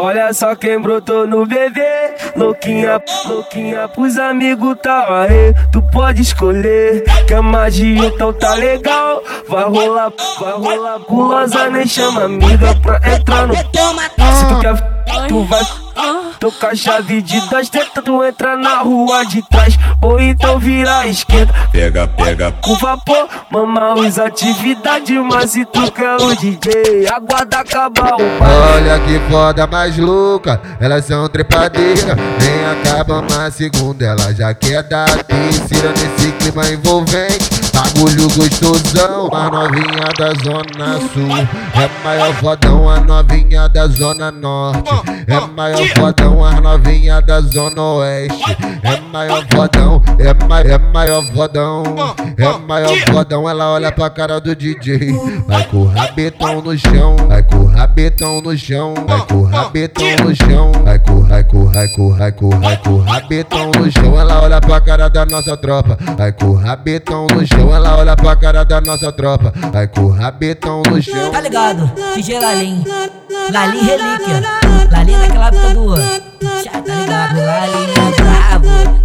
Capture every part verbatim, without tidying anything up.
Olha só quem brotou no bebê, louquinha, louquinha pros amigos tá aí. Tu pode escolher, que a magia então tá legal. Vai rolar, vai rolar gulosa, nem chama amiga pra entrar no. Se tu quer, tu vai tocar a chave de das tetas, tu entra na rua de trás, ou então vira a esquerda. Pega, pega Com vapor, mama, usa atividade, mas se tu quer o D J, aguarda acabar o baile. Olha que foda mais louca, elas são trepadeiras. Nem acaba uma segunda, ela já quer dar terceira nesse clima envolvente. Bagulho gostosão, a novinha da zona sul é maior fodão, a novinha da zona norte é maior fodão, a novinha da zona oeste é maior fodão, é, ma é maior fodão, é maior fodão. Ela olha pra cara do D J, vai com o rabetão no chão, vai com o rabetão no chão, vai com o rabetão no chão, vai com, vai com, vai com, vai com, vai com o rabetão no chão. Ela olha pra cara da nossa tropa, vai com o rabetão no chão. Ela olha pra cara da nossa tropa, vai com o rabetão no chão. Tá ligado? D J Lalim, Lalim relíquia, Lalim daquela época do já tá ligado? Lalim é bravo.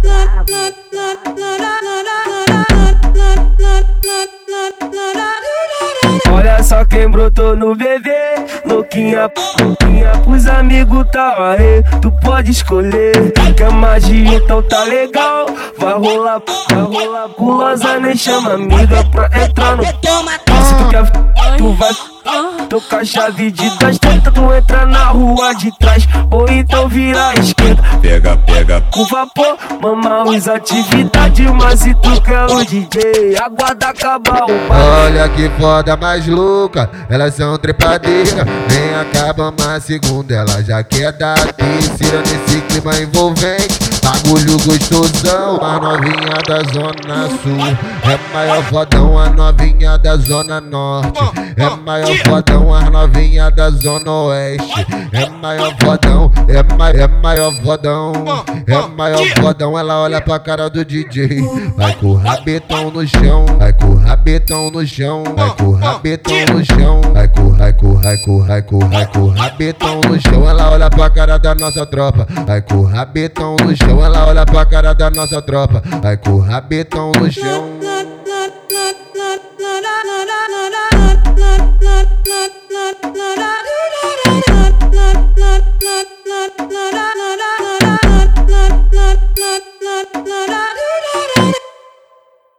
Olha só quem brotou no bebê, louquinha, louquinha pros amigos tá aí. Tu pode escolher, que a magia então tá legal. Vai rolar, vai rolar gulosa, nem chama amiga pra entrar no. Se tu quer, tu vai tocar a chave de das tetas, tu entra na rua de trás, ou então vira a esquerda. Pega, pega Com vapor, mama, usa atividade, mas se tu quer o D J, aguarda acabar o baile. Olha que foda mais louca, elas são trepadeiras. Nem acaba uma segunda, ela já quer dar terceira nesse clima envolvente. Bagulho gostosão, a novinha da zona sul é maior fodão, a novinha da zona norte é maior fodão, a novinha da zona oeste é maior fodão, é, ma é maior fodão, é maior fodão. Ela olha pra cara do D J, vai com o rabetão no chão, vai com o rabetão no chão, vai com o rabetão no chão, vai com, vai com, vai com, vai com, vai com o rabetão no chão. Ela olha pra cara da nossa tropa, vai com o rabetão no chão. Ela olha pra cara da nossa tropa, vai com o rabetão no chão.